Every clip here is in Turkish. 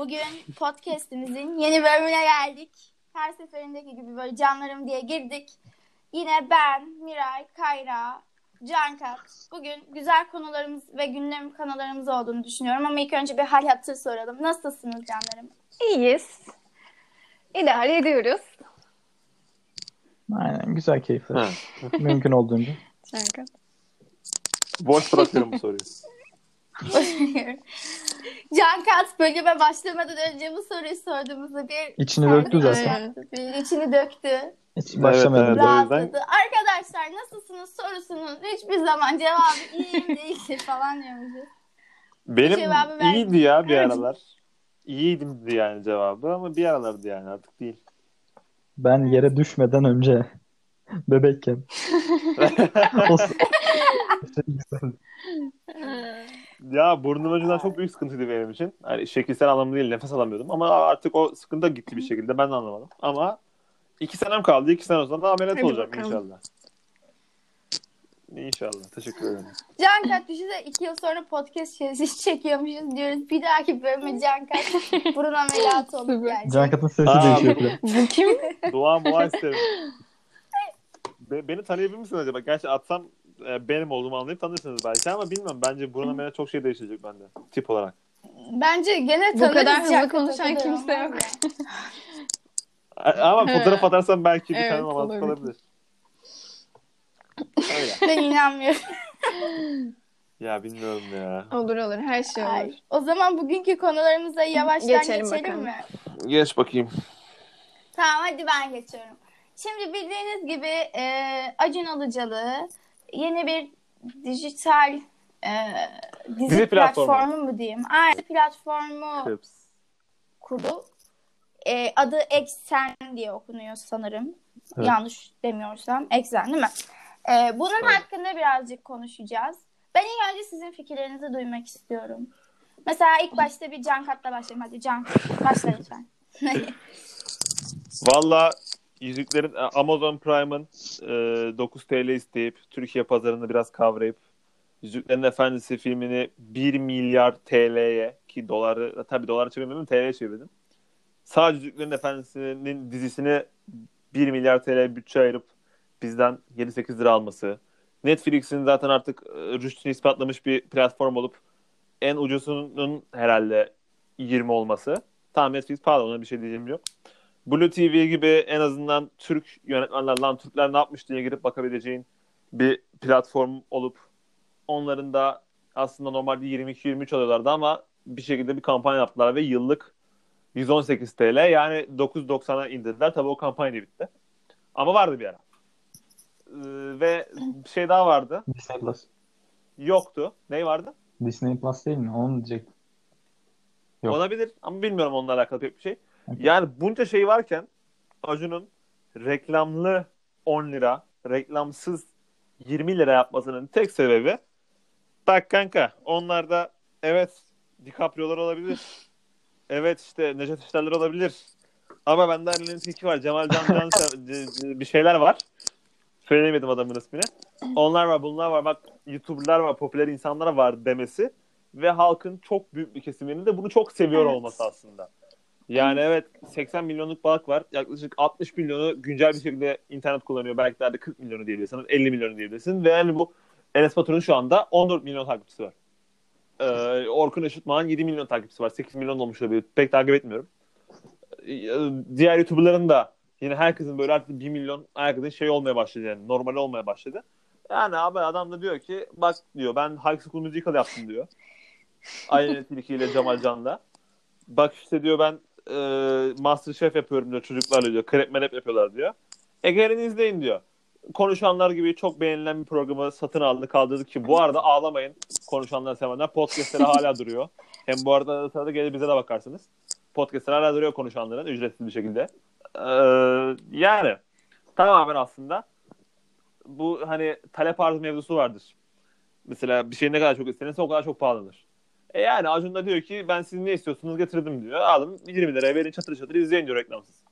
Bugün podcast'imizin yeni bölümüne geldik. Her seferindeki gibi böyle canlarım diye girdik. Yine ben, Miray, Kayra, Cankat. Bugün güzel konularımız ve gündem konularımız olduğunu düşünüyorum. Ama ilk önce bir hal hatır soralım. Nasılsınız canlarım? İyiyiz. İdare ediyoruz. Aynen, güzel, keyifli. Mümkün olduğunca. Cankat. Boş bırakıyorum bu soruyu. Cankat bölüme başlamadan önce bu soruyu sorduğumuzda bir... İçini döktü zaten. İçini döktü. Hiç başlamadan. Evet, Rahatladı. Arkadaşlar nasılsınız sorusunun hiçbir zaman cevabı iyiyim değildir falan diyormuşuz. Benim cevabı iyiydi ya bir aralar. İyiydim yani cevabı ama bir aralardı yani artık değil. Ben yere düşmeden önce bebekken. O güzel. Ya burnum önceden çok büyük sıkıntıydı benim için. Yani şekilsel anlamda değil, nefes alamıyordum ama artık o sıkıntı gitti bir şekilde, ben de anlamadım. Ama 2 senem kaldı. 2 sene sonra da ameliyat Hadi olacağım bakalım. inşallah. İnşallah. Teşekkür ederim. Cankat düşünsene 2 yıl sonra podcast çekiyormuşuz diyoruz. Bir dahaki bölüme Cankat burun ameliyatı olup gelecek. Cankat'ın sesi değişiyor falan. Bu kim? Dua isterim. Beni tanıyabilir misin acaba? Gerçi atsam benim olduğumu anlayıp tanırsınız belki ama bilmiyorum. Bence burun ameliyatı çok şey değişecek bende. Tip olarak. Bence gene Bu tanırız. kadar hızlı Cankat, konuşan o kadar kimse olmaz yok. ya. Ama fotoğraf atarsam belki bir Evet, tane mantık olabilir. olabilir. Öyle. Ben inanmıyorum. Ya bilmiyorum ya. Olur her şey olur. Ay, o zaman bugünkü konularımıza yavaştan geçelim bakalım. mi? Geç bakayım. Tamam hadi ben geçiyorum. Şimdi bildiğiniz gibi Acun Ilıcalı yeni bir dijital dizi Dizi platformu. platformu mu diyeyim? Aynı platformu Kıps. kurdu. Adı Exxen diye okunuyor sanırım. Evet. Yanlış demiyorsam. Exxen değil mi? Bunun Evet. hakkında birazcık konuşacağız. Ben ilk önce sizin fikirlerinizi duymak istiyorum. Mesela ilk başta bir Cankat'la başlayayım. Hadi Can, başla lütfen. Valla yüzüklerin Amazon Prime'ın 9 TL isteyip Türkiye pazarını biraz kavrayıp Yüzüklerin Efendisi filmini 1 milyar TL'ye, ki doları tabii dolara çevirmedim, TL'ye çevirdim. Sadece Yüzüklerin Efendisi'nin dizisini 1 milyar TL bütçe ayırıp bizden 7-8 lira alması. Netflix'in zaten artık rüştünü ispatlamış bir platform olup en ucuzunun herhalde 20 olması. Tamam, Netflix pahalı, ona bir şey diyeceğim yok. Blue TV gibi en azından Türk yönetmenler, lan Türkler ne yapmış diye girip bakabileceğin bir platform olup onların da aslında normalde 22-23 alıyorlardı ama bir şekilde bir kampanya yaptılar ve yıllık 118 TL, yani 9.90'a indirdiler. Tabii o kampanya bitti. Ama vardı bir ara. Ve bir şey daha vardı. Disney Plus. Yoktu. Ne vardı? Disney Plus değil mi? Onu diyecektim. Yok. Olabilir ama bilmiyorum onunla alakalı pek bir şey. Okay. Yani bunca şey varken Acun'un reklamlı 10 lira, reklamsız 20 lira yapmasının tek sebebi, bak kanka, onlarda evet DiCaprio'lar olabilir. Evet işte Necdet İşlerler olabilir. Ama bende Ali'nin teki var. Cemal Can bir şeyler var. Söyleyemedim adamın ismini. Onlar var, bunlar var. Bak YouTuber'lar var, popüler insanlar var demesi ve halkın çok büyük bir kesiminin de bunu çok seviyor olması aslında. Yani evet, 80 milyonluk halk var. Yaklaşık 60 milyonu güncel bir şekilde internet kullanıyor. Belki de 40 milyonu diyebilirsin, 50 milyonu diyebilirsin. Ve yani bu Enes Batur'un şu anda 14 milyon takipçisi var. Orkun Işıtmak'ın 7 milyon takipçisi var. 8 milyon olmuş olabilir. Pek takip etmiyorum. Diğer YouTuber'ların da yine herkesin böyle artık 1 milyon herkesin şey olmaya başladı, yani normal olmaya başladı. Yani abi adam da diyor ki bak diyor, ben High School Musical yaptım diyor. Aynen Tilki ile Cemal Can'la. Bak işte diyor, ben MasterChef yapıyorum diyor çocuklarla diyor. Krep merep yapıyorlar diyor. Gelin izleyin diyor. Konuşanlar gibi çok beğenilen bir programı satın aldı, kaldırdı ki bu arada ağlamayın konuşanlar sevenler. Podcast'leri hala duruyor. Hem bu arada sırada gelir bize de bakarsınız. Podcast'ler hala duruyor konuşanların ücretsiz bir şekilde. Yani tamamen aslında bu hani talep arz mevzusu vardır. Mesela bir şey ne kadar çok istenirse o kadar çok pahalıdır. Yani Acun da diyor ki ben siz ne istiyorsunuz getirdim diyor. Alın 20 liraya verin, çatır çatır izleyin diyor reklamsız.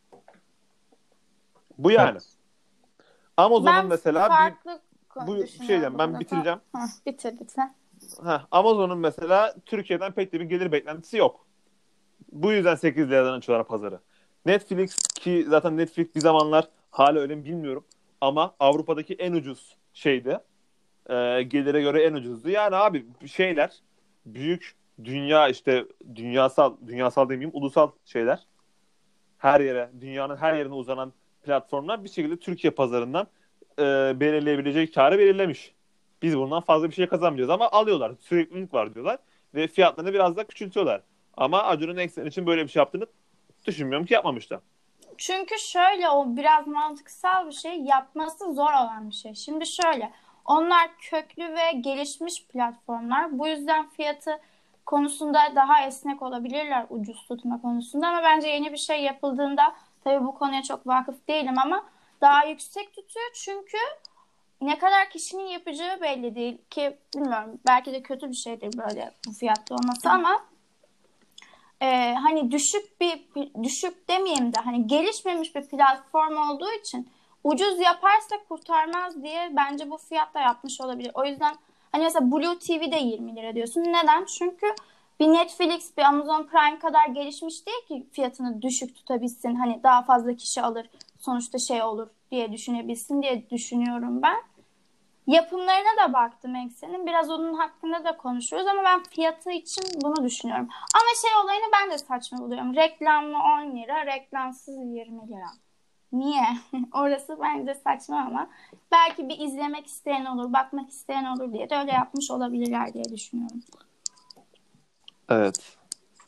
Bu yani. Evet. Amazon'un mesela farklı bu şey diyeceğim, ben bitireceğim. Bitir lütfen. Amazon'un mesela Türkiye'den pek de bir gelir beklentisi yok. Bu yüzden 8 liradan açıyorlar pazarı. Netflix, ki zaten Netflix bir zamanlar hala öyle mi bilmiyorum ama Avrupa'daki en ucuz şeydi. Gelire göre en ucuzdu. Yani abi şeyler, büyük dünya, işte dünyasal demeyeyim, ulusal şeyler, her yere, dünyanın her yerine uzanan platformlar bir şekilde Türkiye pazarından belirleyebileceği karı belirlemiş. Biz bundan fazla bir şey kazanmayacağız ama alıyorlar. Süreklilik var diyorlar ve fiyatlarını biraz da küçültüyorlar. Ama Acun'un Eksen için böyle bir şey yaptığını düşünmüyorum ki, yapmamışlar. Çünkü şöyle, o biraz mantıksal bir şey, yapması zor olan bir şey. Şimdi şöyle, onlar köklü ve gelişmiş platformlar. Bu yüzden fiyatı konusunda daha esnek olabilirler, ucuz tutma konusunda. Ama bence yeni bir şey yapıldığında, tabii bu konuya çok vakıf değilim ama daha yüksek tutuyor. Çünkü ne kadar kişinin yapacağı belli değil ki, bilmiyorum, belki de kötü bir şeydir böyle bu fiyatta olması ama hani düşük demeyeyim de hani gelişmemiş bir platform olduğu için ucuz yaparsa kurtarmaz diye bence bu fiyatta yapmış olabilir. O yüzden hani mesela Blue TV de 20 lira diyorsun. Neden? Çünkü bir Netflix, bir Amazon Prime kadar gelişmiş değil ki fiyatını düşük tutabilsin. Hani daha fazla kişi alır, sonuçta şey olur diye düşünebilsin diye düşünüyorum ben. Yapımlarına da baktım Eksen'in. Biraz onun hakkında da konuşuyoruz ama ben fiyatı için bunu düşünüyorum. Ama şey olayını ben de saçma buluyorum. Reklamlı 10 lira, reklamsız 20 lira. Niye? Orası bence saçma ama belki bir izlemek isteyen olur, bakmak isteyen olur diye de öyle yapmış olabilirler diye düşünüyorum. Evet.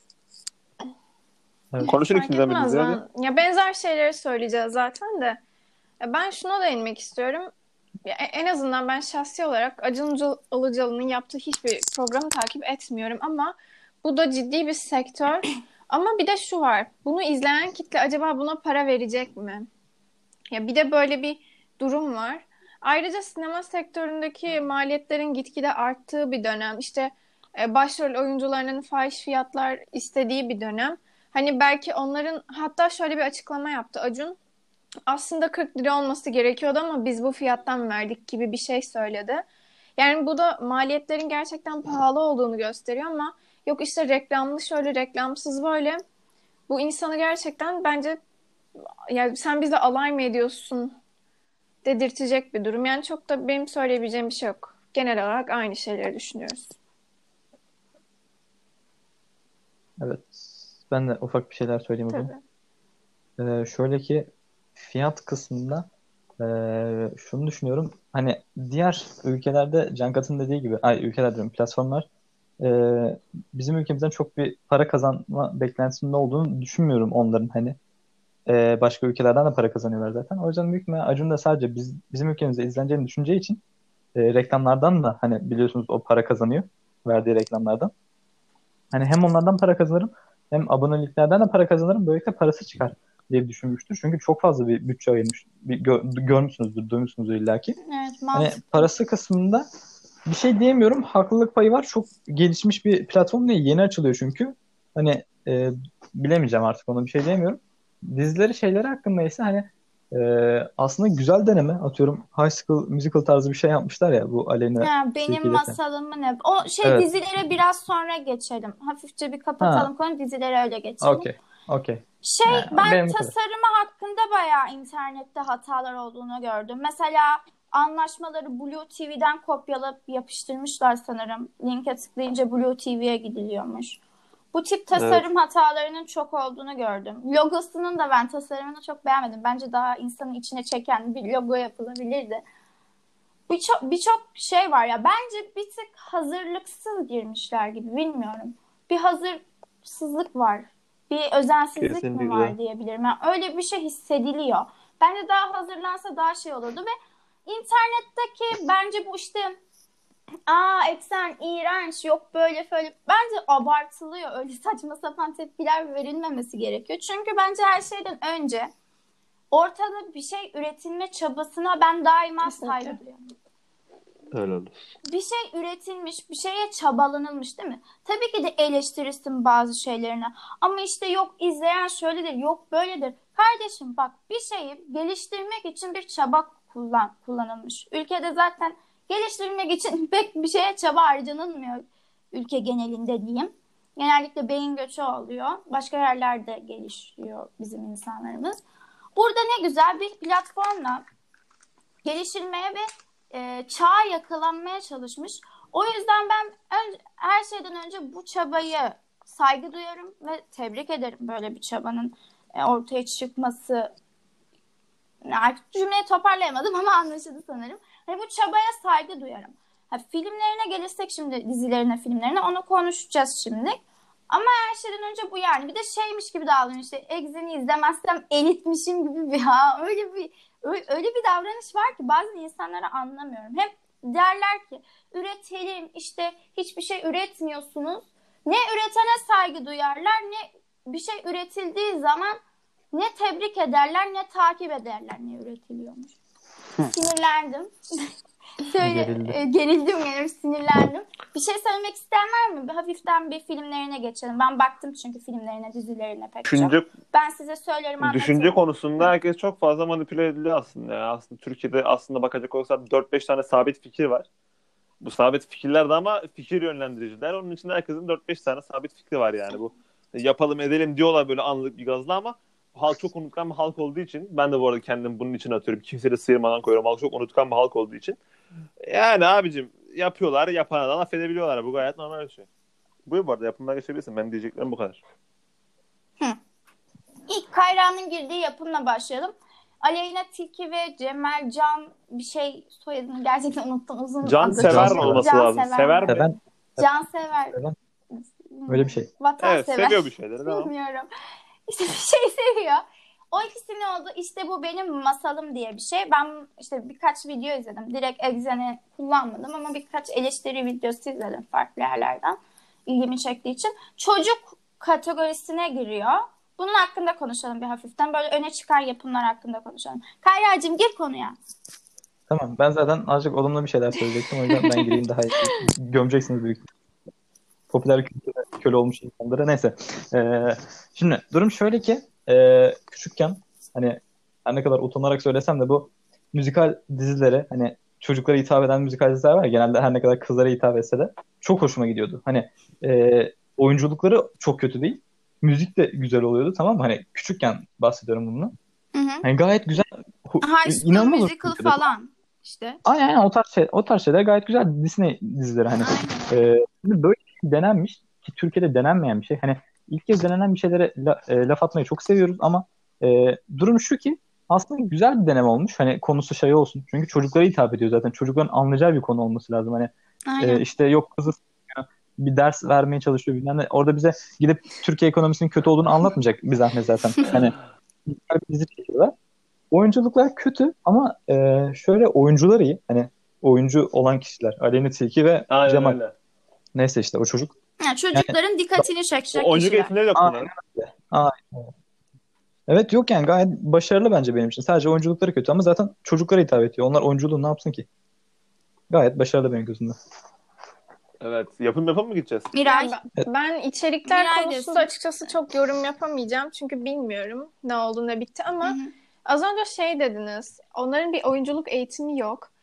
Evet. Konuşun Fark ikisinden etmez. biriniz hadi. Ya benzer şeyleri söyleyeceğiz zaten de. Ya ben şuna değinmek istiyorum. Ya en azından ben şahsi olarak Acun Ilıcalı'nın yaptığı hiçbir programı takip etmiyorum ama bu da ciddi bir sektör. Ama bir de şu var. Bunu izleyen kitle acaba buna para verecek mi? Ya bir de böyle bir durum var. Ayrıca sinema sektöründeki maliyetlerin gitgide arttığı bir dönem. İşte başrol oyuncularının fahiş fiyatlar istediği bir dönem. Hani belki onların, hatta şöyle bir açıklama yaptı Acun. Aslında 40 lira olması gerekiyordu ama biz bu fiyattan verdik gibi bir şey söyledi. Yani bu da maliyetlerin gerçekten pahalı olduğunu gösteriyor ama yok işte reklamlı şöyle, reklamsız böyle. Bu insanı gerçekten bence, ya sen bize alay mı ediyorsun dedirtecek bir durum. Yani çok da benim söyleyebileceğim bir şey yok. Genel olarak aynı şeyleri düşünüyoruz. Evet. Ben de ufak bir şeyler söyleyeyim o zaman. Tabii. Şöyle ki fiyat kısmında şunu düşünüyorum. Hani diğer ülkelerde Cankat'ın dediği gibi, ülkeler diyorum, platformlar bizim ülkemizden çok bir para kazanma beklentisinde olduğunu düşünmüyorum onların, hani. Başka ülkelerden de para kazanıyorlar zaten. O yüzden büyük ihtimalle Acun da sadece bizim ülkemizde izleneceğini düşüneceği için reklamlardan da, hani biliyorsunuz, o para kazanıyor verdiği reklamlardan. Hani hem onlardan para kazanırım hem aboneliklerden de para kazanırım. Böylelikle parası çıkar diye düşünmüştür. Çünkü çok fazla bir bütçe ayırmış. Görmüşsünüzdür, duymuşsunuzdur illaki. Evet, Hani mantıklı. parası kısmında bir şey diyemiyorum. Haklılık payı var. Çok gelişmiş bir platform değil. Yeni açılıyor çünkü. Hani bilemeyeceğim artık, ona bir şey diyemiyorum. Dizileri, şeyleri hakkında ise hani aslında güzel deneme. Atıyorum High School Musical tarzı bir şey yapmışlar ya, bu Aleyna Ya benim Tilki ile falan. masalımı ne? O şey, Evet. dizilere biraz sonra geçelim. Hafifçe bir Ha, kapatalım konu, dizilere öyle geçelim. okey. Okey. Şey, ben Benim bu kadar. tasarımı hakkında bayağı internette hatalar olduğunu gördüm. Mesela anlaşmaları Blue TV'den kopyalayıp yapıştırmışlar sanırım. Linke tıklayınca Blue TV'ye gidiliyormuş. Bu tip Evet. tasarım hatalarının çok olduğunu gördüm. Logosunun da ben tasarımını çok beğenmedim. Bence daha insanın içine çeken bir logo yapılabilirdi. Birçok şey var ya. Bence bir tık hazırlıksız girmişler gibi, bilmiyorum. Bir hazırsızlık var. Bir özensizlik mi Kesinlikle. var diyebilirim. Yani öyle bir şey hissediliyor. Bence daha hazırlansa daha şey olurdu ve internetteki bence bu işte Eksen iğrenç, yok böyle böyle, bence abartılıyor. Öyle saçma sapan tepkiler verilmemesi gerekiyor. Çünkü bence her şeyden önce ortada bir şey üretilme çabasına ben daima Kesinlikle. saygı duyuyorum. Öyle olur. Bir şey üretilmiş, bir şeye çabalanılmış değil mi? Tabii ki de eleştirirsin bazı şeylerini. Ama işte yok izleyen şöyledir, yok böyledir. Kardeşim bak, bir şeyi geliştirmek için bir çaba kullanılmış. Ülkede zaten geliştirmek için pek bir şeye çaba harcanılmıyor, ülke genelinde diyeyim. Genellikle beyin göçü oluyor. Başka yerlerde gelişiyor bizim insanlarımız. Burada ne güzel bir platformla gelişilmeye ve çağa yakalanmaya çalışmış. O yüzden ben her şeyden önce bu çabayı saygı duyarım ve tebrik ederim, böyle bir çabanın ortaya çıkması. Artık cümleyi toparlayamadım ama anlaşıldı sanırım. Hani bu çabaya saygı duyarım. Filmlerine gelirsek şimdi, dizilerine, filmlerine, onu konuşacağız şimdi. Ama her şeyden önce bu yani. Bir de şeymiş gibi davranıyor, işte Exen'i izlemezsem elitmişim gibi bir öyle bir davranış var ki bazı insanlara anlamıyorum. Hep derler ki üretelim, işte hiçbir şey üretmiyorsunuz. Ne üretene saygı duyarlar, ne bir şey üretildiği zaman ne tebrik ederler, ne takip ederler ne üretiliyormuş. Sinirlendim. Gerildim yani, sinirlendim. Bir şey söylemek isteyen var mı? Hafiften bir filmlerine geçelim. Ben baktım çünkü filmlerine, dizilerine pek çok. Ben size söylerim, anlatırım. Düşünce konusunda herkes çok fazla manipüle ediliyor aslında. Yani aslında Türkiye'de aslında bakacak olursak 4-5 tane sabit fikir var. Bu sabit fikirler de ama fikir yönlendiriciler. Onun için herkesin 4-5 tane sabit fikri var yani. Bu yapalım edelim diyorlar böyle anlık bir gazla ama halk çok unutkan bir halk olduğu için, ben de bu arada kendimi bunun için atıyorum. Kimseyi de sıyırmadan koyuyorum. Halk çok unutkan bir halk olduğu için. Yani abicim yapıyorlar, yapana da laf edebiliyorlar. Bu gayet normal bir şey. Buyur bu arada, yapımına geçebilirsin. Ben diyeceklerim bu kadar. İlk Kayra'nın girdiği yapımla başlayalım. Aleyna Tilki ve Cemal Can bir şey, soyadını gerçekten unuttum. Uzun Cansever olması lazım. Sever mi? Cansever. Öyle bir şey. Vatansever. Evet, seviyor bir şeyleri. Bilmiyorum. İşte bir şey seviyor. O ikisi ne oldu? İşte bu benim masalım diye bir şey. Ben işte birkaç video izledim. Direkt Exen'i kullanmadım ama birkaç eleştiri videosu izledim farklı yerlerden. İlgimi çektiği için. Çocuk kategorisine giriyor. Bunun hakkında konuşalım bir hafiften. Böyle öne çıkan yapımlar hakkında konuşalım. Kayra'cığım gir konuya. Tamam. Ben zaten azıcık olumlu bir şeyler söyleyecektim. O yüzden ben gireyim, daha iyi. Gömeceksiniz büyük. Popüler kültüre köle olmuş insanlara. Neyse. Şimdi durum şöyle ki küçükken hani her ne kadar utanarak söylesem de bu müzikal dizilere, hani çocuklara hitap eden müzikal diziler var ya, genelde her ne kadar kızlara hitap etse de çok hoşuma gidiyordu. Hani oyunculukları çok kötü değil. Müzik de güzel oluyordu, tamam mı? Hani küçükken bahsediyorum bunu. Hani gayet güzel. High School İnanılmaz Musical falan işte. Aynen o tarz şeyler gayet güzel. Disney dizileri hani. Böyle bir şey denenmiş ki Türkiye'de denenmeyen bir şey. Hani ilk kez denenen bir şeylere laf atmayı çok seviyoruz ama durum şu ki aslında güzel bir deneme olmuş. Hani konusu şey olsun. Çünkü çocuklara hitap ediyor zaten. Çocukların anlayacağı bir konu olması lazım. Hani işte yok kızı bir ders vermeye çalışıyor bilmem ne. Orada bize gidip Türkiye ekonomisinin kötü olduğunu anlatmayacak bir zahmet zaten. Hani güzel bir dizi çekiyorlar. Oyunculuklar kötü ama şöyle oyuncular iyi. Hani oyuncu olan kişiler. Aleyna Tilki ve Cemal. Öyle. Neyse işte o çocuk. Yani çocukların dikkatini çekecek oyuncu kişiler. eğitimleri yok bunların. Aynen. Evet, yok yani gayet başarılı bence benim için. Sadece oyunculukları kötü ama zaten çocuklara hitap ediyor. Onlar oyunculuğu ne yapsın ki? Gayet başarılı benim gözümde. Evet. Yapım mı gideceğiz? Miray. Ben içerikler Miray konusunda diyorsun. açıkçası çok yorum yapamayacağım. Çünkü bilmiyorum ne oldu ne bitti ama az önce şey dediniz. Onların bir oyunculuk eğitimi yok.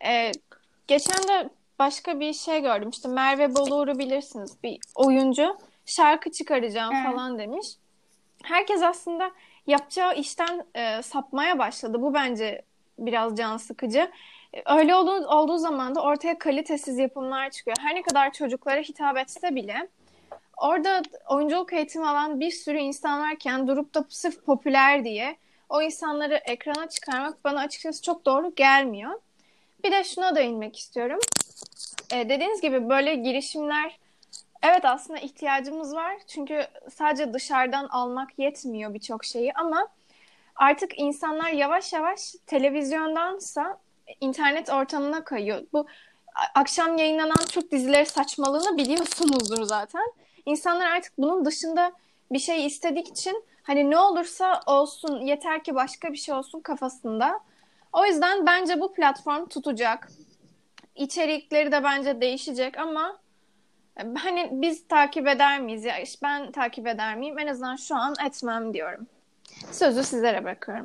Geçen de başka bir şey gördüm. İşte Merve Boluğur'u bilirsiniz. Bir oyuncu şarkı çıkaracağım falan demiş. Herkes aslında yapacağı işten sapmaya başladı. Bu bence biraz can sıkıcı. Öyle olduğu zaman da ortaya kalitesiz yapımlar çıkıyor. Her ne kadar çocuklara hitap etse bile orada oyunculuk eğitimi alan bir sürü insan varken durup da sırf popüler diye o insanları ekrana çıkarmak bana açıkçası çok doğru gelmiyor. Bir de şuna değinmek istiyorum. Dediğiniz gibi böyle girişimler, evet aslında ihtiyacımız var. Çünkü sadece dışarıdan almak yetmiyor birçok şeyi ama artık insanlar yavaş yavaş televizyondansa internet ortamına kayıyor. Bu akşam yayınlanan Türk dizileri saçmalığını biliyorsunuzdur zaten. İnsanlar artık bunun dışında bir şey istedik için hani ne olursa olsun yeter ki başka bir şey olsun kafasında. O yüzden bence bu platform tutacak. İçerikleri de bence değişecek ama hani biz takip eder miyiz? Ya işte ben takip eder miyim? En azından şu an etmem diyorum. Sözü sizlere bırakıyorum.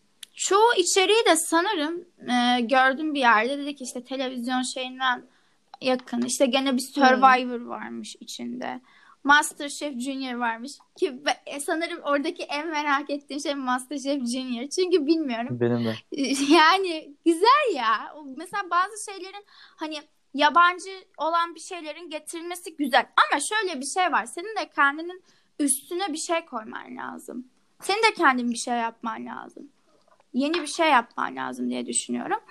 Çoğu içeriği de sanırım gördüm bir yerde, dedi ki işte televizyon şeyinden yakın. İşte gene bir Survivor varmış içinde. MasterChef Junior varmış ki sanırım oradaki en merak ettiğim şey MasterChef Junior. Çünkü bilmiyorum. Benim de. Yani güzel ya. Mesela bazı şeylerin hani yabancı olan bir şeylerin getirilmesi güzel. Ama şöyle bir şey var. Senin de kendinin üstüne bir şey koyman lazım. Senin de kendin bir şey yapman lazım. Yeni bir şey yapman lazım diye düşünüyorum.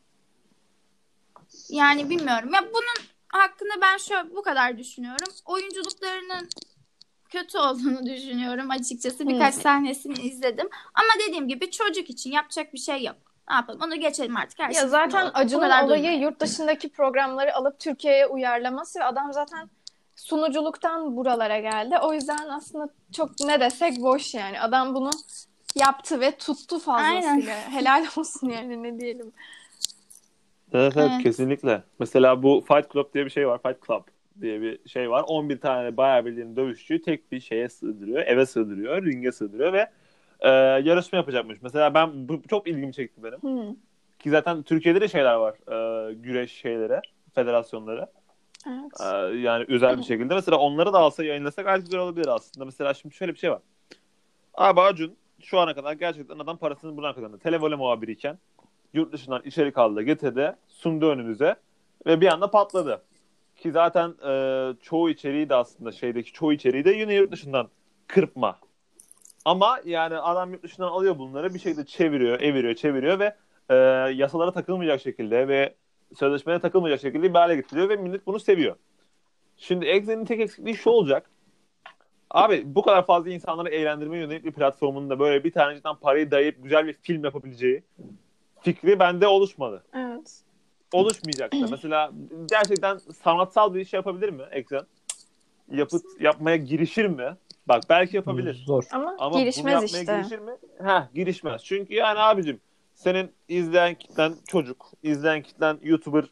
Yani bilmiyorum. Ya bunun hakkında ben şöyle bu kadar düşünüyorum. Oyunculuklarının kötü olduğunu düşünüyorum açıkçası. Birkaç sahnesini izledim. Ama dediğim gibi çocuk için yapacak bir şey yok. Ne yapalım? Onu geçelim artık. Her Ya şey zaten olur. Bu Acun'un kadar olayı durmayın. yurt dışındaki programları alıp Türkiye'ye uyarlaması ve adam zaten sunuculuktan buralara geldi. O yüzden aslında çok ne desek boş yani. Adam bunu yaptı ve tuttu fazlasıyla. Aynen. Helal olsun yani ne diyelim. Evet Evet. kesinlikle. Mesela bu Fight Club diye bir şey var. Fight Club diye bir şey var. 11 tane bayağı bildiğin dövüşçüyü tek bir şeye sığdırıyor. Eve sığdırıyor. Ringe sığdırıyor ve yarışma yapacakmış. Mesela bu çok ilgimi çekti benim. Ki zaten Türkiye'de de şeyler var. Güreş şeyleri, federasyonları. Evet. Yani özel bir şekilde. Mesela onları da alsa yayınlasak gayet güzel olabilir aslında. Mesela şimdi şöyle bir şey var. Abi Acun şu ana kadar gerçekten adam parasını buna kazandı. Televole muhabiriyken yurt dışından içerik aldı, getirdi, sundu önümüze ve bir anda patladı. Ki zaten çoğu içeriği de aslında çoğu içeriği de yine yurt dışından kırpma. Ama yani adam yurt dışından alıyor bunları bir şekilde çeviriyor ve yasalara takılmayacak şekilde ve sözleşmeye takılmayacak şekilde bir hale getiriyor ve millet bunu seviyor. Şimdi Exe'nin tek eksikliği şu olacak. Abi bu kadar fazla insanları eğlendirmeye yönelik bir platformun da böyle bir tanecikten parayı dayayıp güzel bir film yapabileceği fikri bende oluşmadı. Evet. Oluşmayacak da. Mesela gerçekten sanatsal bir iş yapabilir mi Eksen? Yapmaya girişir mi? Bak belki yapabilir. Zor. Ama Ama bunu girişmez yapmaya işte. girişir mi? Girişmez. Çünkü yani abicim senin izleyen kitlen çocuk, izleyen kitlen YouTuber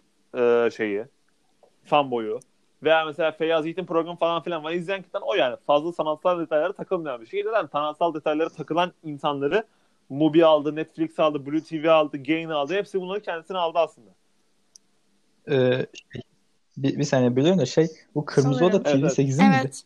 fanboyu veya mesela Feyyaz Yiğit'in programı falan filan var. İzleyen kitlen o yani. Fazla sanatsal detaylara takılmayan bir şey. Neden? Sanatsal detaylara takılan insanları Mubi aldı, Netflix aldı, Blue TV aldı, Gain aldı. Hepsi bunları kendisine aldı aslında. Ee, bir saniye biliyorum da bu Kırmızı Oda Sanırım. Evet. TV8'in miydi? Evet.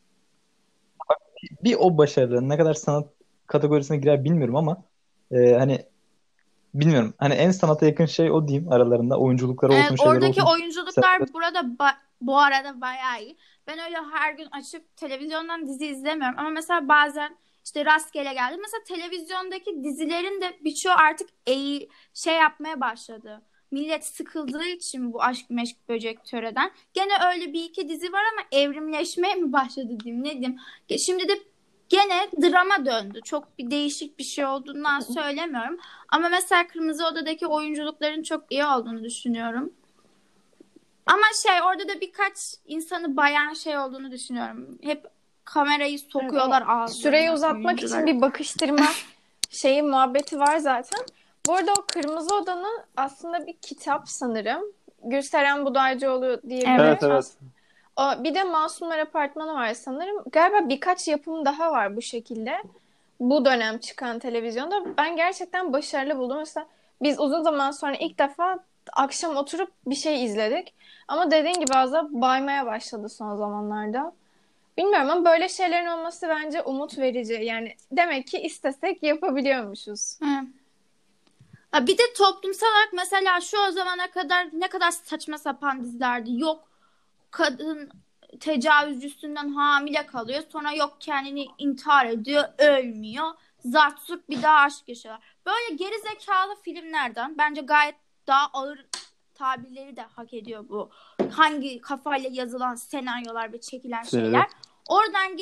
Bir o başarılı. Ne kadar sanat kategorisine girer bilmiyorum ama hani bilmiyorum. Hani en sanata yakın şey o diyeyim aralarında. Oyunculukları olsun, şeyler Oradaki olsun. oyunculuklar burada bu arada bayağı iyi. Ben öyle her gün açıp televizyondan dizi izlemiyorum. Ama mesela bazen işte rastgele geldi. Mesela televizyondaki dizilerin de birçoğu artık yapmaya başladı. Millet sıkıldığı için bu Aşk Meşk Böcek Töre'den. Gene öyle bir iki dizi var ama evrimleşmeye mi başladı diyeyim ne diyeyim. Şimdi de gene drama döndü. Çok bir değişik bir şey olduğundan söylemiyorum. Ama mesela Kırmızı Oda'daki oyunculukların çok iyi olduğunu düşünüyorum. Ama orada da birkaç insanı bayan olduğunu düşünüyorum. Hep kamerayı sokuyorlar ağzlarına. Süreyi uzatmak için bir bakıştırma muhabbeti var zaten. Bu arada o Kırmızı Oda'nın aslında bir kitap sanırım. Gülseren Budaycıoğlu diye biri. Evet. Bir de Masumlar Apartmanı var sanırım. Galiba birkaç yapım daha var bu şekilde. Bu dönem çıkan televizyonda. Ben gerçekten başarılı buldum. Mesela biz uzun zaman sonra ilk defa akşam oturup bir şey izledik. Ama dediğin gibi azap baymaya başladı son zamanlarda. Bilmiyorum ama böyle şeylerin olması bence umut verici. Yani demek ki istesek yapabiliyormuşuz. Bir de toplumsal olarak mesela o zamana kadar ne kadar saçma sapan dizilerdi. Yok kadın tecavüzcüsünden hamile kalıyor. Sonra yok kendini intihar ediyor, ölmüyor. Zartsuk bir daha aşk yaşıyorlar. Böyle gerizekalı filmlerden bence gayet daha ağır tabirleri de hak ediyor bu. Hangi kafayla yazılan senaryolar ve çekilen şeyler. Oradan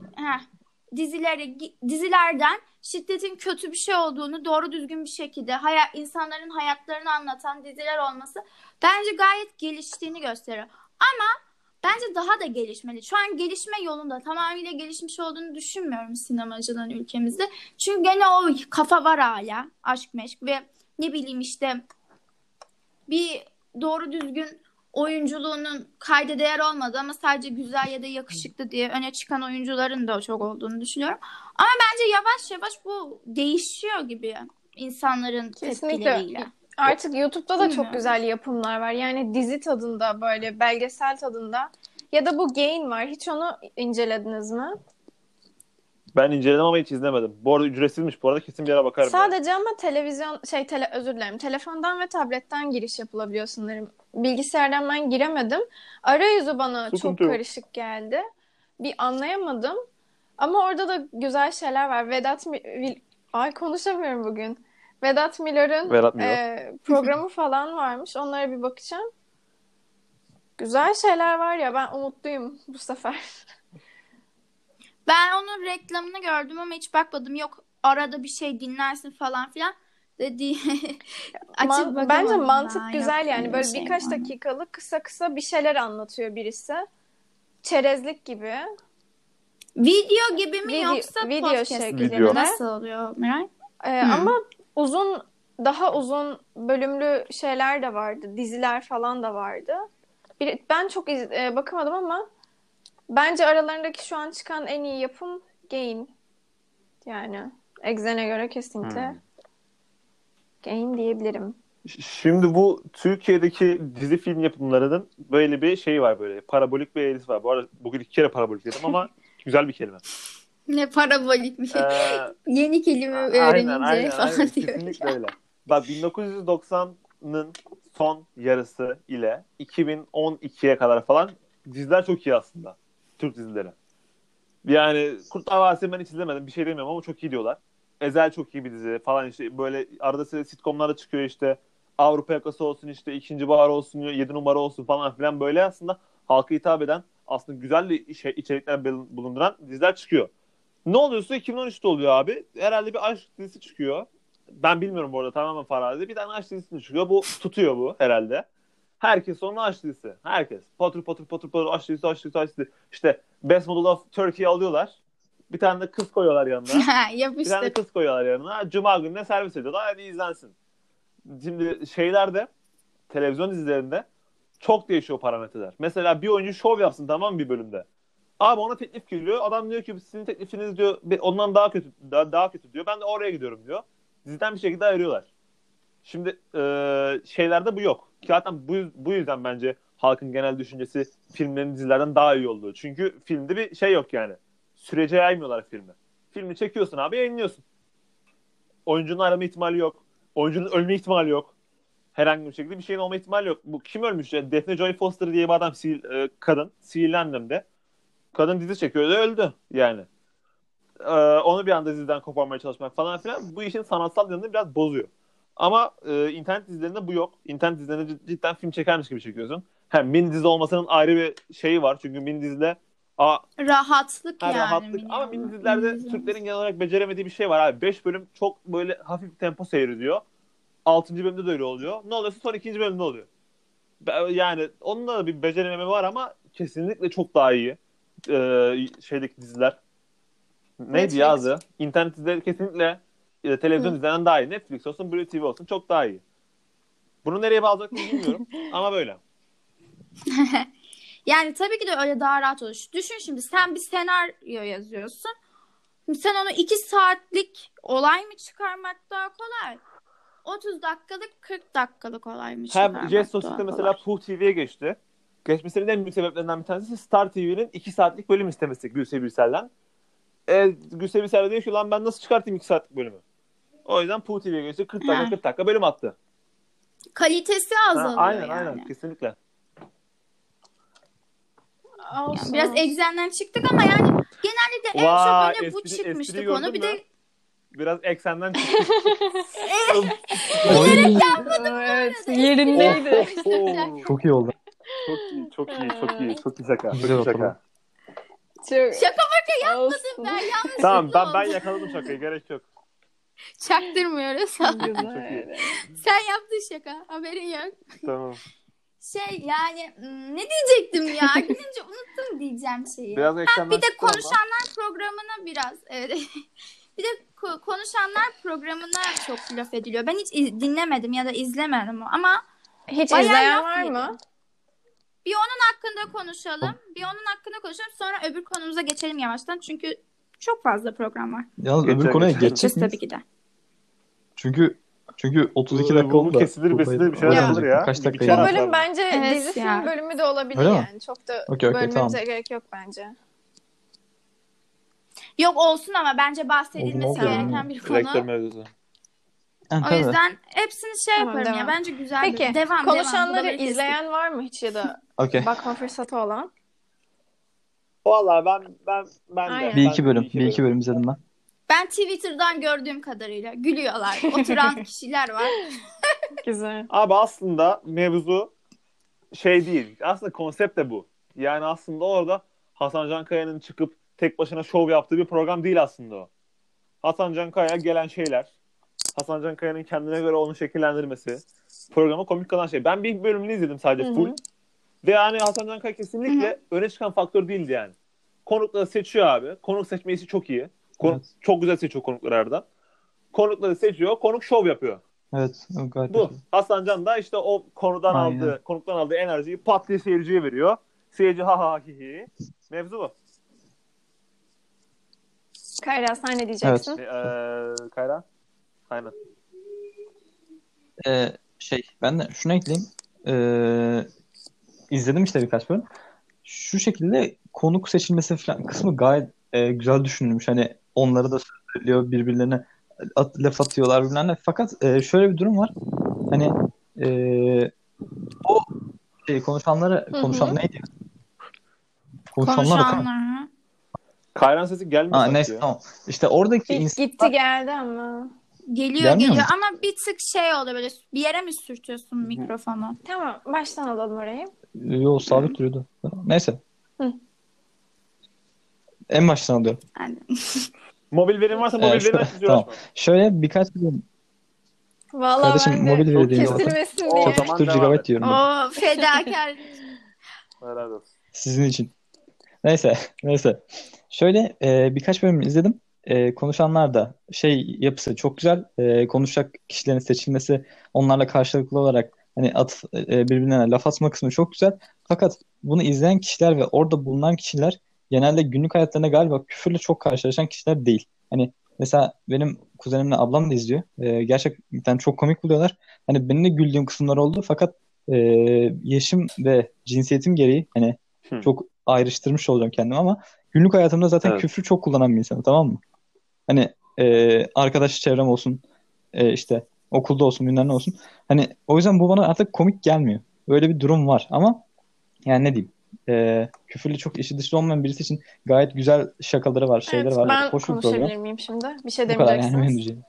dizilerden şiddetin kötü bir şey olduğunu doğru düzgün bir şekilde insanların hayatlarını anlatan diziler olması bence gayet geliştiğini gösteriyor. Ama bence daha da gelişmeli. Şu an gelişme yolunda, tamamıyla gelişmiş olduğunu düşünmüyorum sinemacılığın ülkemizde. Çünkü gene o kafa var hala. Aşk meşk ve ne bileyim işte bir doğru düzgün oyunculuğunun kayda değer olmadı ama sadece güzel ya da yakışıklı diye öne çıkan oyuncuların da çok olduğunu düşünüyorum. Ama bence yavaş yavaş bu değişiyor gibi insanların Kesinlikle. tepkileriyle. Artık YouTube'da da çok Bilmiyorum. güzel yapımlar var. Yani dizi tadında, böyle belgesel tadında. Ya da bu Gain var. Hiç onu incelediniz mi? Ben inceledim ama hiç izlemedim. Bu arada ücretsizmiş. Bu arada kesin bir ara bakarım. Sadece ama televizyon özür dilerim. Telefondan ve tabletten giriş yapılabiliyor sanırım. Bilgisayardan ben giremedim. Arayüzü bana çok Sıkıntı yok. karışık geldi. Bir anlayamadım. Ama orada da güzel şeyler var. Ay konuşamıyorum bugün. Vedat Milor'un Vedat Milor. programı falan varmış. Onlara bir bakacağım. Güzel şeyler var ya, ben umutluyum bu sefer. Ben onun reklamını gördüm ama hiç bakmadım. Yok arada bir şey dinlersin falan filan dedi. Açıp bakamadım Bence daha. mantık Yok, güzel yani. öyle Böyle bir şey birkaç var. dakikalık kısa bir şeyler anlatıyor birisi. Çerezlik gibi. Video gibi mi yoksa Video podcast şeklinde. gibi mi? Nasıl oluyor Miray? Ama daha uzun bölümlü şeyler de vardı. Diziler falan da vardı. Ben çok bakamadım ama bence aralarındaki şu an çıkan en iyi yapım Gain. Yani Exxen'e göre kesinlikle Gain diyebilirim. Şimdi bu Türkiye'deki dizi film yapımlarının böyle bir şeyi var böyle. Parabolik bir eğrisi var. Bu arada bugün 2 kere parabolik dedim ama güzel bir kelime. Ne parabolik bir şey. Ee, Yeni kelime öğrenince aynen, falan diyor. kesinlikle öyle. Bak 1990'ın son yarısı ile 2012'ye kadar falan diziler çok iyi aslında. Türk dizileri. Yani Kurtlar Vadisi'ni ben hiç izlemedim. Bir şey demiyorum ama çok iyi diyorlar. Ezel çok iyi bir dizi falan işte. Böyle arada sırada sitcomlarda çıkıyor işte. Avrupa Yakası olsun işte. İkinci Bahar olsun. 7 numara olsun falan filan. Böyle aslında halka hitap eden aslında güzel içerikler bulunduran diziler çıkıyor. Ne oluyorsa 2013'te oluyor abi. Herhalde bir aşk dizisi çıkıyor. Ben bilmiyorum bu arada, tamamen farazi. Bir tane aşk dizisi çıkıyor. Bu tutuyor bu herhalde. Herkes onun aşk dizisi. Herkes. Patır patır patır patır aşk dizisi, aşk dizisi, aşk dizisi. İşte Best Model of Turkey'yi alıyorlar. Bir tane de kız koyuyorlar yanına. Bir tane de Yapıştır. kız koyuyorlar yanına. Cuma gününe servis ediyorlar. Hadi izlensin. Şimdi şeylerde, televizyon dizilerinde çok değişiyor parametreler. Mesela bir oyuncu şov yapsın, tamam mı, bir bölümde. Abi ona teklif geliyor. Adam diyor ki sizin teklifiniz diyor ondan daha kötü, daha kötü diyor. Ben de oraya gidiyorum diyor. Diziden bir şekilde ayırıyorlar. Şimdi şeylerde bu yok. Zaten bu yüzden bence halkın genel düşüncesi filmlerin dizilerden daha iyi olduğu. Çünkü filmde bir şey yok yani. Sürece yaymıyorlar filmi. Filmi çekiyorsun abi, yayınlıyorsun. Oyuncunun ayrılma ihtimali yok. Oyuncunun ölme ihtimali yok. Herhangi bir şekilde bir şeyin olma ihtimali yok. Bu kim ölmüş ya? Daphne Joy Foster diye bir adam, kadın. Sihirli Annem'de. Kadın dizi çekiyordu, öldü yani. Onu bir anda diziden koparmaya çalışmak falan filan bu işin sanatsal yanını biraz bozuyor. Ama internet dizilerinde bu yok. İnternet dizilerinde cidden film çekermiş gibi çekiyorsun. Hem mini dizi olmasının ayrı bir şeyi var. Çünkü mini dizide Rahatlık yani. rahatlık. Ama mini dizilerde Türklerin genel olarak beceremediği bir şey var abi. 5 bölüm çok böyle hafif bir tempo seyrediyor. 6. bölümde de öyle oluyor. Ne oluyorsa son 2. bölümde oluyor. Yani onun da bir becerememe var ama kesinlikle çok daha iyi. Şeydeki diziler. Neydi ya adı? İnternet dizileri kesinlikle televizyon dizilerinden daha iyi. Netflix olsun, Blue TV olsun çok daha iyi. Bunu nereye bağlayacak bilmiyorum ama böyle. Yani tabii ki de öyle daha rahat olur. Düşün şimdi sen bir senaryo yazıyorsun. Şimdi sen onu 2 saatlik olay mı çıkarmak daha kolay? 30 dakikalık 40 dakikalık olay mı çıkarmak Hem Jest daha Sosye'de kolay? mesela Puh TV'ye geçti. Geçmesinin en büyük sebeplerinden bir tanesi Star TV'nin 2 saatlik bölüm istemesi Gülse Birsel'den. Gülse Birsel de diyor ki lan ben nasıl çıkartayım 2 saatlik bölümü? O yüzden Puh TV'ye geçti. 40 dakika bölüm attı. Kalitesi azalıyor Aynen yani. kesinlikle. Yani biraz Exxen'den çıktık ama yani genellikle en çok öne bu çıkmıştı konu. Bir de biraz Exxen'den çıktık. bilerek yapmadım bu Evet, arada. yerindeydi. Çok iyi oldu. Çok iyi şaka. Güzel Çok iyi şaka. Şaka yapmadım ben. Yanlış Tamam ben oldu. yakaladım şakayı, gerek yok. Çaktırmıyoruz. Güzel. Sen yaptın şaka. Haberin yok. Tamam. Yani ne diyecektim ya? Gidince unuttum diyeceğim şeyi. Biraz Exxen'den Bir de çıktı ama. konuşanlar programına biraz bir de konuşanlar programına çok laf ediliyor. Ben hiç dinlemedim ya da izlemedim ama Hiç bayağı izleyen laf var yedim. mı? Bir onun hakkında konuşalım. Sonra öbür konumuza geçelim yavaştan. Çünkü çok fazla program var. Yalnız öbür konuya geçecek Geçeceğiz miyiz? tabii ki de. Çünkü Çünkü 32 dakika Bu oldu da. kesilir besilir bir şeyler Ya. yapılır ya. Kaç dakika Bir Bu yayın? bölüm bence Evet dizi ya. film bölümü de olabilir Öyle mi? yani. Çok da Okey, bölmemize tamam. gerek yok bence. Yok olsun ama bence bahsedilmesi Oldu, gereken bir konu. Rektör mevzusu. Ha, O tabii. yüzden hepsini şey Tamam, yaparım ya. devam. Bence güzel Peki bir devam. konuşanları Buraları kestik. izleyen var mı hiç ya da Okey. bakma fırsatı olan? Valla ben Aynen. de. Bir Ben iki de bölüm. Bir iki bölüm izledim ben. Ben Twitter'dan gördüğüm kadarıyla gülüyorlar. Oturan kişiler var. Güzel. Abi aslında mevzu şey değil. Aslında konsept de bu. Yani aslında orada Hasan Can Kaya'nın çıkıp tek başına şov yaptığı bir program değil aslında o. Hasan Can Kaya'ya gelen şeyler, Hasan Can Kaya'nın kendine göre onu şekillendirmesi, programı komik kalan şey. Ben bir bölümünü izledim sadece Hı hı. full. Ve yani Hasan Can Kaya kesinlikle öne çıkan faktör değildi yani. Konukları seçiyor abi. Konuk seçme işi çok iyi. Evet. Çok güzel seçiyor konukları Erdem. Konukları seçiyor, konuk şov yapıyor. Evet. Gayet Bu. başarılı. Hasan Can da işte o konuktan aldığı enerjiyi pat diye seyirciye veriyor. Seyirci ha ha hi hi. Mevzu bu. Kayra sen ne diyeceksin? Kayra? Aynen. Ben de şunu ekleyeyim. İzledim işte birkaç bölüm. Şu şekilde konuk seçilmesi falan kısmı gayet güzel düşünülmüş. Hani onları da söylüyor, birbirlerine laf atıyorlar bilmem ne. Fakat şöyle bir durum var. Hani o konuşan neydi? Konuşanlar da tamam. Konuşanlar. Kayra'nın sesi gelmiyor sanki Neyse ya. tamam. İşte oradaki Gitti geldi ama. Geliyor Gelmiyor mu? ama bir tık şey oldu böyle bir yere mi sürtüyorsun mikrofonu? Tamam baştan alalım orayı. Yo, sabit duruyordu. Neyse. Hı. En baştan alıyorum. Yani. Mobil verin varsa mobil verin. Tamam. Şöyle birkaç bölüm. Vallahi Kardeşim, ben de mobil veri değil. kesilmesin O diye. zaman 4 devam GB et. diyorum. O fedakar. Helal olsun. Sizin için. Neyse. Şöyle birkaç bölüm izledim. Konuşanlar da yapısı çok güzel. Konuşacak kişilerin seçilmesi, onlarla karşılıklı olarak hani birbirine laf atma kısmı çok güzel. Fakat bunu izleyen kişiler ve orada bulunan kişiler genelde günlük hayatlarında galiba küfürle çok karşılaşan kişiler değil. Hani mesela benim kuzenimle ablam da izliyor. Gerçekten çok komik buluyorlar. Hani benim de güldüğüm kısımlar oldu. Fakat yaşım ve cinsiyetim gereği hani çok ayrıştırmış olacağım kendimi ama günlük hayatımda zaten küfrü çok kullanan bir insanım, tamam mı? Hani arkadaş çevrem olsun, işte okulda olsun, bilmem ne olsun. Hani o yüzden bu bana artık komik gelmiyor. Böyle bir durum var ama yani ne diyeyim? Küfürle çok işi dışlı olmayan birisi için gayet güzel şakaları var, şeyleri Evet, var. ben Hoş bir konuşabilir program. miyim şimdi? Bir şey Bu kadar yani demeyeceksiniz. benim diyeceğim.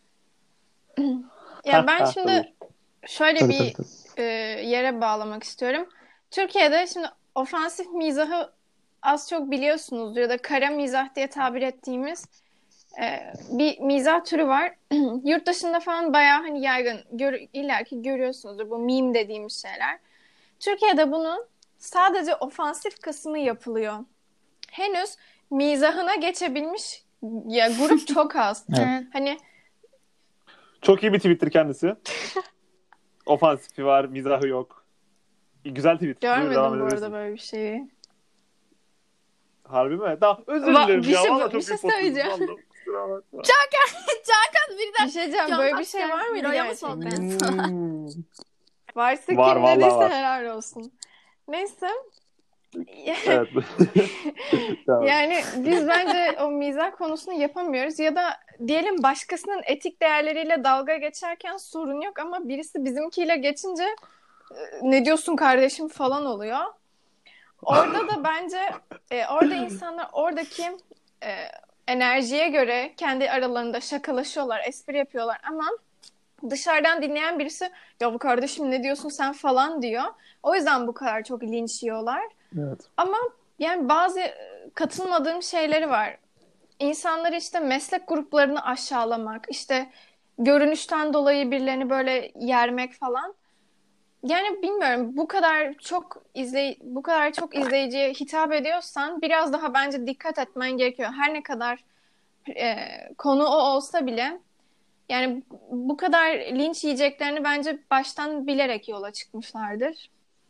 Ya ben şimdi şöyle Tabii, bir tabii. yere bağlamak istiyorum. Türkiye'de şimdi ofansif mizahı az çok biliyorsunuzdur ya da kara mizah diye tabir ettiğimiz bir mizah türü var. Yurt dışında falan bayağı hani yaygın. İllaki görüyorsunuzdur bu meme dediğimiz şeyler. Türkiye'de bunun sadece ofansif kısmı yapılıyor. Henüz mizahına geçebilmiş ya grup çok az. Evet. Hani Çok iyi bir Twitter kendisi. Ofansifi var, mizahı yok. Güzel tweet. Buyur, görmedim devam bu edebilirsin. arada böyle bir şeyi. Harbi mi? Daha özür dilerim bir ya. şey- Vallahi bir çok şey büyük potsuzum. söyleyeceğim. Vallahi kusura bakma. Cankat birden Bir şey diyeceğim. Can Böyle bir şey Başkan, var mıydı Miro'ya mı gerçekten? sordun? Varsa Var, kim vallahi dediyse var. helal olsun. Neyse. Evet. Tamam. Yani biz bence o mizah konusunu yapamıyoruz ya da diyelim başkasının etik değerleriyle dalga geçerken sorun yok ama birisi bizimkiyle geçince ne diyorsun kardeşim falan oluyor. Orada da bence orada insanlar oradaki enerjiye göre kendi aralarında şakalaşıyorlar, espri yapıyorlar ama dışarıdan dinleyen birisi ya bu kardeşim ne diyorsun sen falan diyor. O yüzden bu kadar çok linç yiyorlar. Evet. Ama yani bazı katılmadığım şeyleri var. İnsanları işte meslek gruplarını aşağılamak, işte görünüşten dolayı birilerini böyle yermek falan. Yani bilmiyorum bu kadar çok izleyiciye hitap ediyorsan biraz daha bence dikkat etmen gerekiyor. Her ne kadar konu o olsa bile yani bu kadar linç yiyeceklerini bence baştan bilerek yola çıkmışlardır.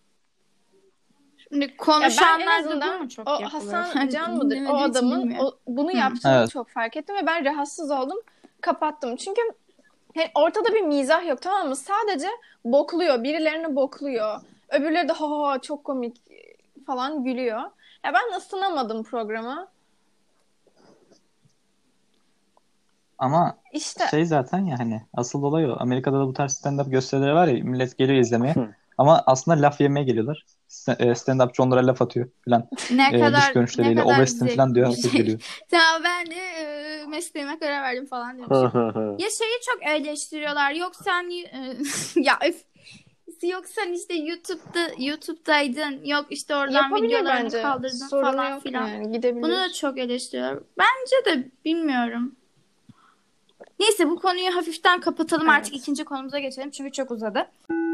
Şimdi Ya ben en konuşanlar da azından bu mu çok o yapılıyor? Hasan Can mıdır? O Dinlemediğim için adamın bilmiyorum. bunu yaptığını Evet. çok fark ettim ve ben rahatsız oldum. Kapattım. Çünkü Yani ortada bir mizah yok, tamam mı? Sadece bokluyor. Birilerini bokluyor. Öbürleri de ha çok komik falan gülüyor. Ya ben ısınamadım programa. Ama İşte şey zaten ya hani asıl olay o. Amerika'da da bu tarz stand-up gösterileri var ya millet geliyor izlemeye. Ama aslında laf yemeye geliyorlar. Stand-upçı onlara laf atıyor falan. Dış Ne görünüşleriyle kadar obezsin falan zevkli diyor. bir Herkes şey. gülüyor. Tamam ben de mesleğime karar verdim falan demişim. Ya şeyi çok eleştiriyorlar. Yok sen ya yok sen işte YouTube'daydın. Yok işte oradan yapabilir videolarını bence. kaldırdın Sorunu falan yok filan. yani. Bunu Gidebilir. da çok eleştiriyorlar. Bence de bilmiyorum. Neyse bu konuyu hafiften kapatalım. Evet. Artık ikinci konumuza geçelim. Çünkü çok uzadı.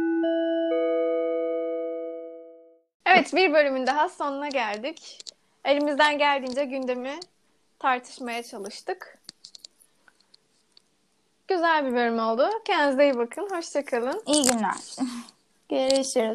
Evet, bir bölümün daha sonuna geldik. Elimizden geldiğince gündemi tartışmaya çalıştık. Güzel bir bölüm oldu. Kendinize iyi bakın. Hoşça kalın. İyi günler. Görüşürüz.